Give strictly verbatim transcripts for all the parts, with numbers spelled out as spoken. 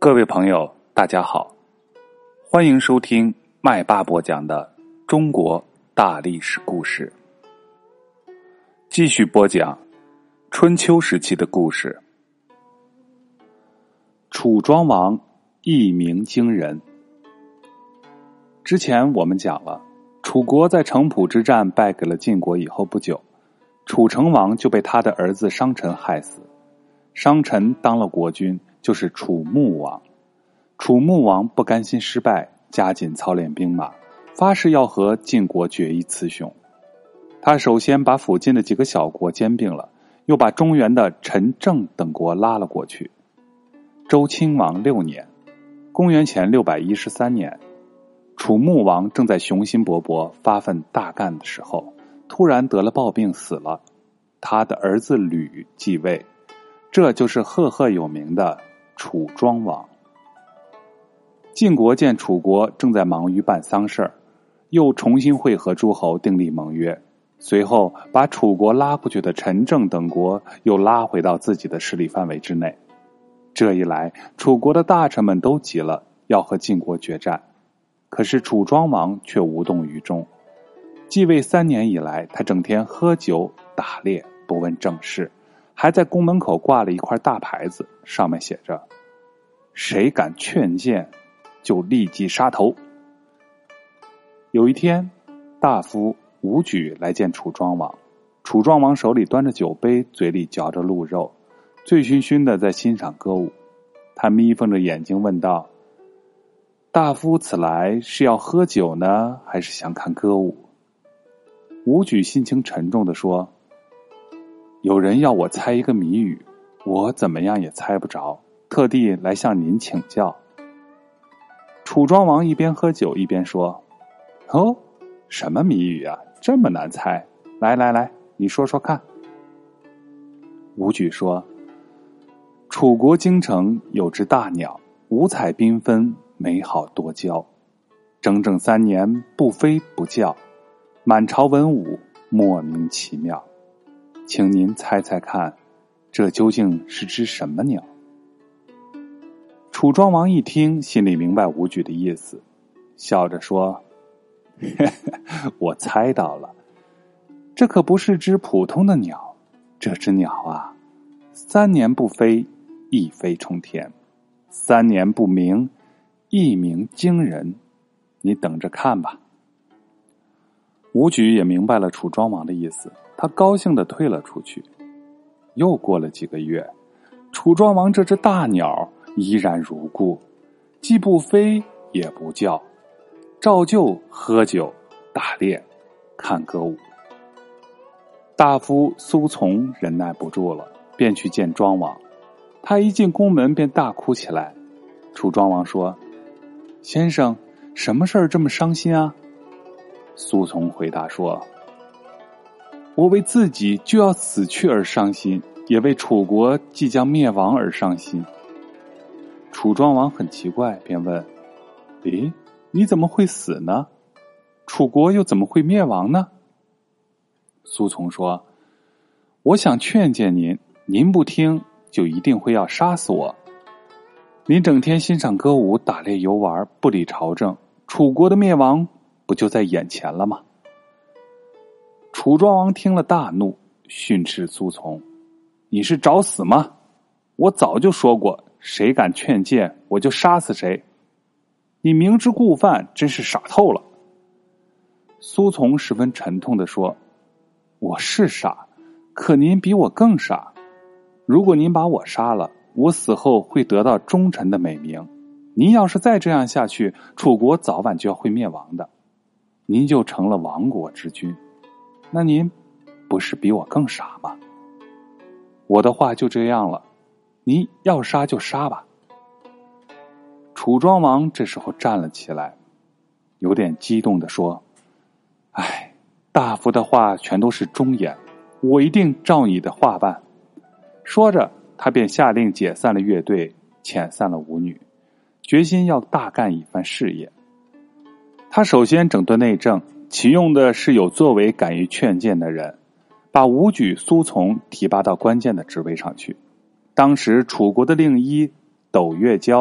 各位朋友大家好，欢迎收听麦霸播讲的中国大历史故事。继续播讲春秋时期的故事。楚庄王一鸣惊人。之前我们讲了，楚国在城濮之战败给了晋国以后不久，楚成王就被他的儿子商臣害死。商臣当了国君，就是楚穆王。楚穆王不甘心失败，加紧操练兵马，发誓要和晋国决一雌雄。他首先把附近的几个小国兼并了，又把中原的陈郑等国拉了过去。周亲王六年，公元前六百一十三年，楚穆王正在雄心勃勃发奋大干的时候，突然得了暴病死了。他的儿子吕继位，这就是赫赫有名的楚庄王。晋国见楚国正在忙于办丧事儿，又重新会合诸侯订立盟约，随后把楚国拉过去的陈郑等国又拉回到自己的势力范围之内。这一来，楚国的大臣们都急了，要和晋国决战。可是楚庄王却无动于衷。继位三年以来，他整天喝酒打猎，不问政事，还在宫门口挂了一块大牌子，上面写着：谁敢劝谏，就立即杀头。有一天，大夫伍举来见楚庄王，楚庄王手里端着酒杯，嘴里嚼着鹿肉，醉醺醺的在欣赏歌舞。他眯缝着眼睛问道：大夫此来是要喝酒呢，还是想看歌舞？伍举心情沉重地说：有人要我猜一个谜语，我怎么样也猜不着，特地来向您请教。楚庄王一边喝酒一边说：哦，什么谜语啊，这么难猜？来来来，你说说看。伍举说：楚国京城有只大鸟，五彩缤纷，美好多娇，整整三年不飞不叫，满朝文武莫名其妙，请您猜猜看，这究竟是只什么鸟？楚庄王一听，心里明白伍举的意思，笑着说：呵呵，我猜到了，这可不是只普通的鸟，这只鸟啊，三年不飞，一飞冲天；三年不鸣，一鸣惊人。你等着看吧。伍举也明白了楚庄王的意思，他高兴地退了出去。又过了几个月，楚庄王这只大鸟依然如故，既不飞也不叫，照旧喝酒打猎看歌舞。大夫苏从忍耐不住了，便去见庄王。他一进宫门便大哭起来。楚庄王说：先生，什么事儿这么伤心啊？苏从回答说：我为自己就要死去而伤心，也为楚国即将灭亡而伤心。楚庄王很奇怪，便问：咦，你怎么会死呢？楚国又怎么会灭亡呢？苏从说：我想劝谏您，您不听，就一定会要杀死我。您整天欣赏歌舞，打猎游玩，不理朝政，楚国的灭亡不就在眼前了吗？楚庄王听了大怒，训斥苏从：你是找死吗？我早就说过，谁敢劝谏，我就杀死谁。你明知故犯，真是傻透了。苏从十分沉痛地说：我是傻，可您比我更傻。如果您把我杀了，我死后会得到忠臣的美名。您要是再这样下去，楚国早晚就要会灭亡的，您就成了亡国之君。那您不是比我更傻吗？我的话就这样了，您要杀就杀吧。楚庄王这时候站了起来，有点激动地说：哎，大夫的话全都是忠言，我一定照你的话办。说着，他便下令解散了乐队，遣散了舞女，决心要大干一番事业。他首先整顿内政，启用的是有作为、敢于劝谏的人，把伍举、苏从提拔到关键的职位上去。当时楚国的令医斗月娇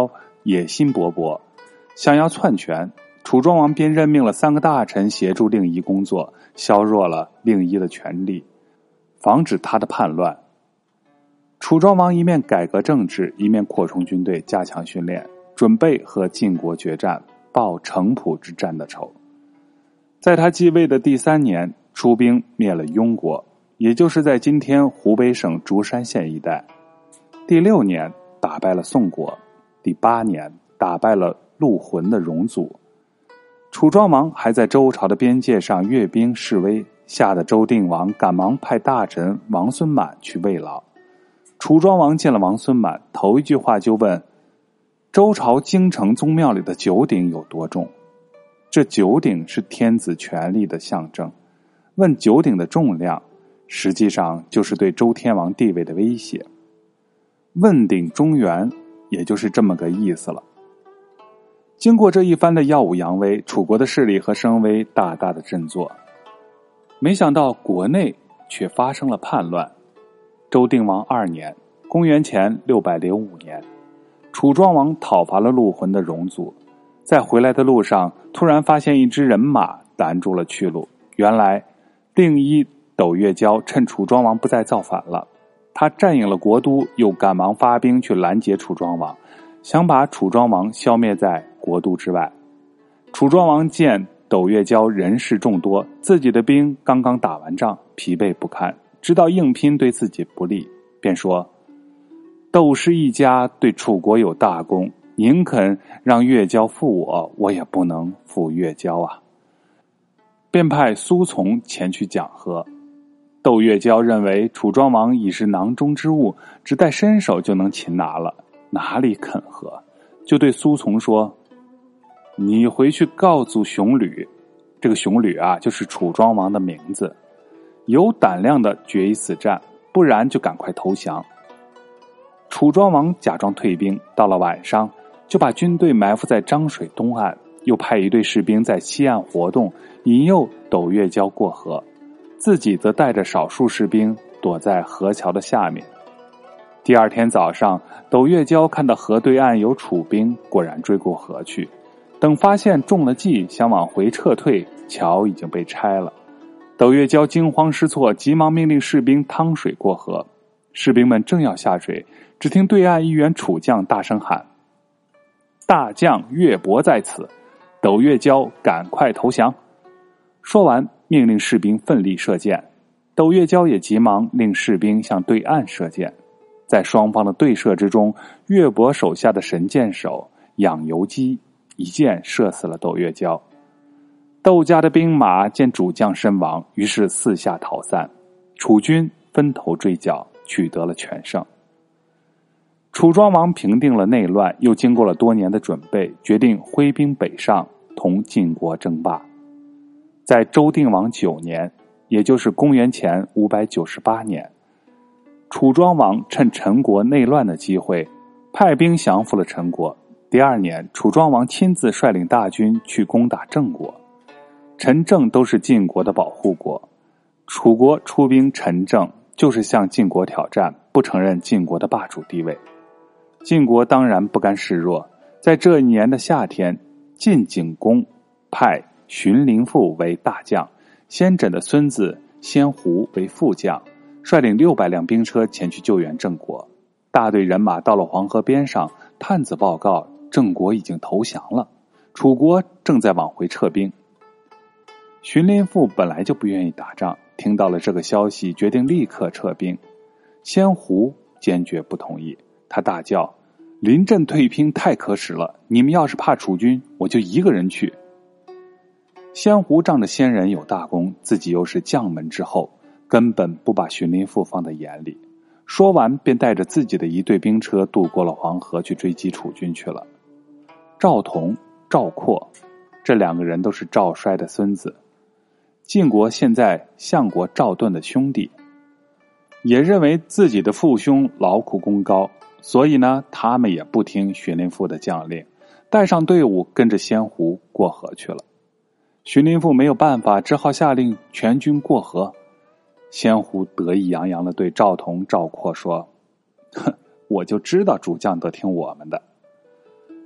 野心勃勃，想要篡权。楚庄王便任命了三个大臣协助令尹工作，削弱了令尹的权力，防止他的叛乱。楚庄王一面改革政治，一面扩充军队，加强训练，准备和晋国决战，报城濮之战的仇。在他继位的第三年，出兵灭了庸国，也就是在今天湖北省竹山县一带。第六年打败了宋国，第八年打败了陆浑的戎族。楚庄王还在周朝的边界上阅兵示威，吓得周定王赶忙派大臣王孙满去慰劳。楚庄王见了王孙满，头一句话就问周朝京城宗庙里的九鼎有多重。这九鼎是天子权力的象征，问九鼎的重量，实际上就是对周天王地位的威胁。问鼎中原，也就是这么个意思了。经过这一番的耀武扬威，楚国的势力和声威大大的振作。没想到国内却发生了叛乱。周定王二年，公元前六百零五年，楚庄王讨伐了陆浑的戎族，在回来的路上，突然发现一支人马拦住了去路。原来令尹斗月交趁楚庄王不在造反了，他占领了国都，又赶忙发兵去拦截楚庄王，想把楚庄王消灭在国都之外。楚庄王见斗月交人势众多，自己的兵刚刚打完仗，疲惫不堪，知道硬拼对自己不利，便说：斗氏一家对楚国有大功，宁肯让月交负我，我也不能负月交啊。便派苏从前去讲和。斗月交认为楚庄王已是囊中之物，只待伸手就能擒拿了，哪里肯和，就对苏从说：你回去告诉熊吕，这个熊吕啊，就是楚庄王的名字，有胆量的决一死战，不然就赶快投降。楚庄王假装退兵，到了晚上就把军队埋伏在漳水东岸，又派一队士兵在西岸活动，引诱斗月交过河，自己则带着少数士兵躲在河桥的下面。第二天早上，斗月交看到河对岸有楚兵，果然追过河去。等发现中了计，想往回撤退，桥已经被拆了。斗月交惊慌失措，急忙命令士兵趟水过河。士兵们正要下水，只听对岸一员楚将大声喊：大将岳伯在此，斗月交赶快投降。说完命令士兵奋力射箭，斗月交也急忙令士兵向对岸射箭。在双方的对射之中，岳伯手下的神箭手养由基一箭射死了斗月交。窦家的兵马见主将身亡，于是四下逃散，楚军分头追剿，取得了全胜。楚庄王平定了内乱，又经过了多年的准备，决定挥兵北上，同晋国争霸。在周定王九年，也就是公元前五百九十八年，楚庄王趁陈国内乱的机会，派兵降服了陈国。第二年，楚庄王亲自率领大军去攻打郑国。陈郑都是晋国的保护国，楚国出兵陈郑，就是向晋国挑战，不承认晋国的霸主地位。晋国当然不甘示弱，在这一年的夏天，晋景公派荀林父为大将，先轸的孙子先胡为副将，率领六百辆兵车前去救援郑国。大队人马到了黄河边上，探子报告郑国已经投降了，楚国正在往回撤兵。荀林父本来就不愿意打仗，听到了这个消息，决定立刻撤兵。先胡坚决不同意，他大叫：临阵退兵太可耻了，你们要是怕楚军，我就一个人去。先胡仗着先人有大功，自己又是将门之后，根本不把荀林父放在眼里。说完便带着自己的一队兵车渡过了黄河，去追击楚军去了。赵同、赵括这两个人都是赵衰的孙子，晋国现在相国赵盾的兄弟，也认为自己的父兄劳苦功高，所以呢，他们也不听荀林父的将令，带上队伍跟着先胡过河去了。荀林父没有办法，只好下令全军过河。先胡得意洋洋地对赵同、赵括说：哼，我就知道主将得听我们的。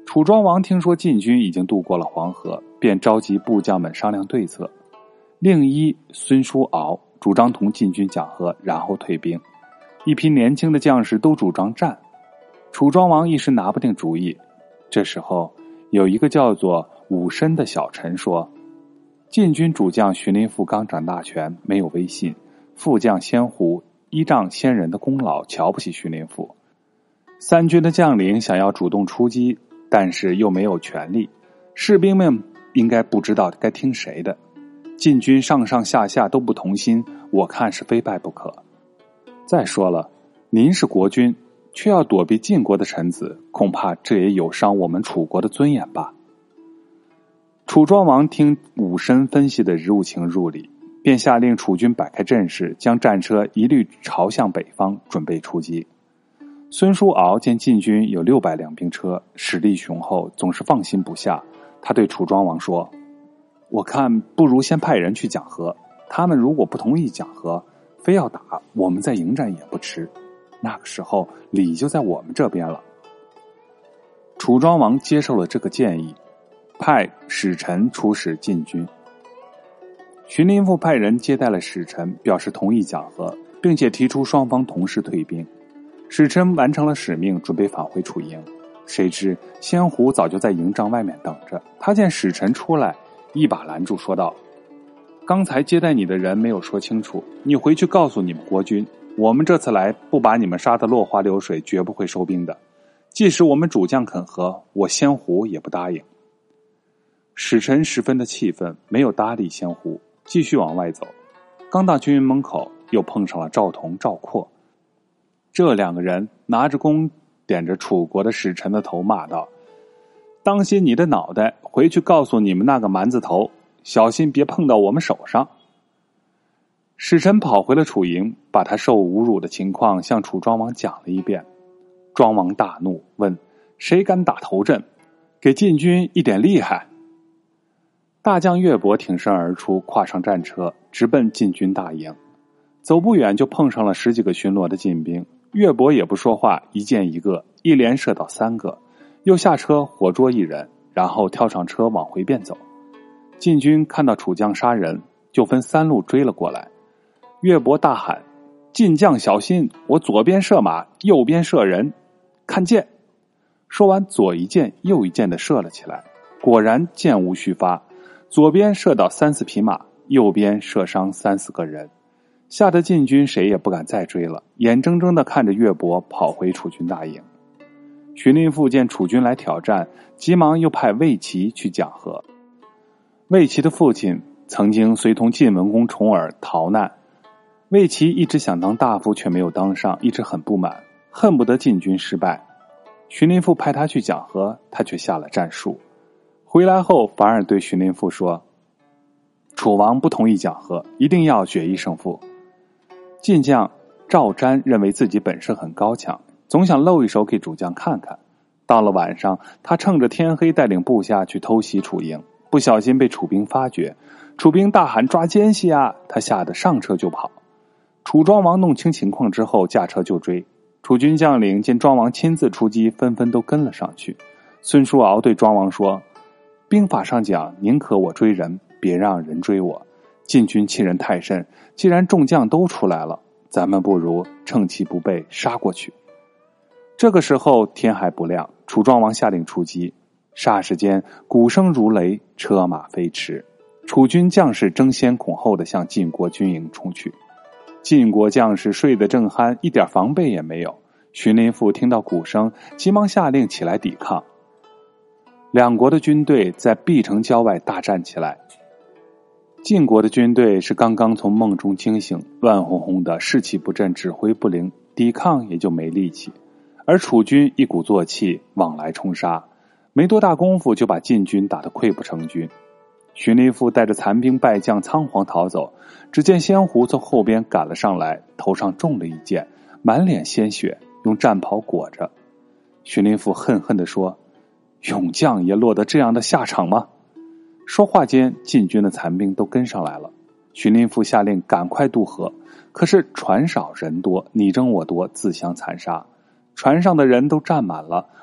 楚庄王听说晋军已经渡过了黄河，便召集部将们商量对策。令一孙叔敖主张同晋军讲和，然后退兵。一批年轻的将士都主张战。楚庄王一时拿不定主意。这时候有一个叫做武申的小臣说，晋军主将荀林父刚掌大权，没有威信，副将先胡依仗先人的功劳，瞧不起荀林父。三军的将领想要主动出击，但是又没有权力，士兵们应该不知道该听谁的。晋军上上下下都不同心，我看是非败不可。再说了，您是国君，却要躲避晋国的臣子，恐怕这也有伤我们楚国的尊严吧。楚庄王听武申分析的入情入理，便下令楚军摆开阵势，将战车一律朝向北方，准备出击。孙叔敖见晋军有六百辆兵车，实力雄厚，总是放心不下。他对楚庄王说，我看不如先派人去讲和，他们如果不同意讲和，非要打，我们再迎战也不迟。那个时候理就在我们这边了。楚庄王接受了这个建议，派使臣出使晋军。荀林父派人接待了使臣，表示同意讲和，并且提出双方同时退兵。使臣完成了使命，准备返回楚营。谁知先胡早就在营帐外面等着，他见使臣出来，一把拦住，说道，刚才接待你的人没有说清楚，你回去告诉你们国君，我们这次来不把你们杀得落花流水，绝不会收兵的。即使我们主将肯和，我先胡也不答应。使臣十分的气愤，没有搭理先胡，继续往外走。刚到军营门口，又碰上了赵同、赵括。这两个人拿着弓点着楚国的使臣的头，骂道，当心你的脑袋，回去告诉你们那个蛮子头，小心别碰到我们手上。使臣跑回了楚营，把他受侮辱的情况向楚庄王讲了一遍。庄王大怒，问，谁敢打头阵，给晋军一点厉害。大将岳伯挺身而出，跨上战车，直奔晋军大营。走不远就碰上了十几个巡逻的晋兵，岳伯也不说话，一箭一个，一连射倒三个，又下车活捉一人，然后跳上车往回便走。晋军看到楚将杀人，就分三路追了过来。岳伯大喊，晋将小心，我左边射马，右边射人，看箭。说完，左一箭右一箭的射了起来，果然箭无虚发，左边射倒三四匹马，右边射伤三四个人。吓得晋军谁也不敢再追了，眼睁睁地看着岳伯跑回楚军大营。荀林父见楚军来挑战，急忙又派魏齐去讲和。魏齐的父亲曾经随同晋文公重耳逃难，魏齐一直想当大夫，却没有当上，一直很不满，恨不得晋军失败。荀林父派他去讲和，他却下了战书。回来后反而对荀林父说，楚王不同意讲和，一定要决一胜负。晋将赵瞻认为自己本事很高强，总想露一手给主将看看。到了晚上，他趁着天黑带领部下去偷袭楚营，不小心被楚兵发觉，楚兵大喊抓奸细啊！他吓得上车就跑。楚庄王弄清情况之后，驾车就追。楚军将领见庄王亲自出击，纷纷都跟了上去。孙叔敖对庄王说，兵法上讲，宁可我追人，别让人追我。晋军欺人太甚，既然众将都出来了，咱们不如趁其不备杀过去。这个时候天还不亮，楚庄王下令出击，霎时间鼓声如雷，车马飞驰，楚军将士争先恐后地向晋国军营冲去。晋国将士睡得正酣，一点防备也没有。荀林父听到鼓声，急忙下令起来抵抗。两国的军队在毕城郊外大战起来。晋国的军队是刚刚从梦中惊醒，乱哄哄的，士气不振，指挥不灵，抵抗也就没力气。而楚军一鼓作气，往来冲杀，没多大功夫就把晋军打得溃不成军。荀林父带着残兵败将仓皇逃走，只见先胡从后边赶了上来，头上中了一箭，满脸鲜血，用战袍裹着。荀林父恨恨地说，勇将也落得这样的下场吗？说话间，晋军的残兵都跟上来了。荀林父下令赶快渡河，可是船少人多，你争我夺，自相残杀。船上的人都站满了，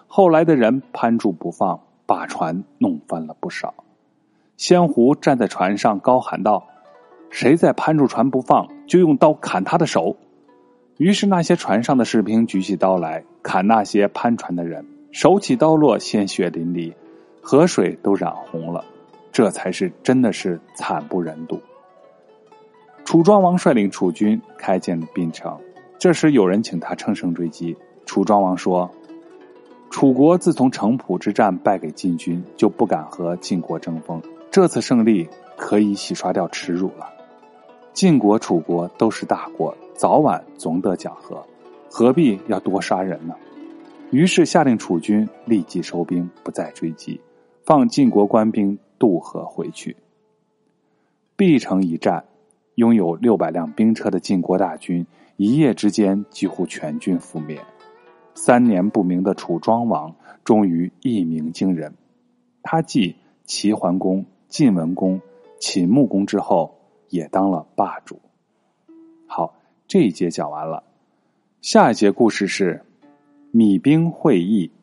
后来的人攀住不放，把船弄翻了不少。仙狐站在船上高喊道：谁再攀住船不放，就用刀砍他的手。于是那些船上的士兵举起刀来砍那些攀船的人，手起刀落，鲜血淋漓，河水都染红了，这才是真的是惨不忍睹。楚庄王率领楚军开进了滨城，这时有人请他乘胜追击。楚庄王说，楚国自从城濮之战败给晋军，就不敢和晋国争锋，这次胜利可以洗刷掉耻辱了。晋国、楚国都是大国，早晚总得讲和，何必要多杀人呢？于是下令楚军立即收兵，不再追击，放晋国官兵渡河回去。毕城一战，拥有六百辆兵车的晋国大军一夜之间几乎全军覆灭。三年不明的楚庄王终于一鸣惊人，他继齐桓公、晋文公、秦穆公之后也当了霸主。好，这一节讲完了，下一节故事是弭兵会议。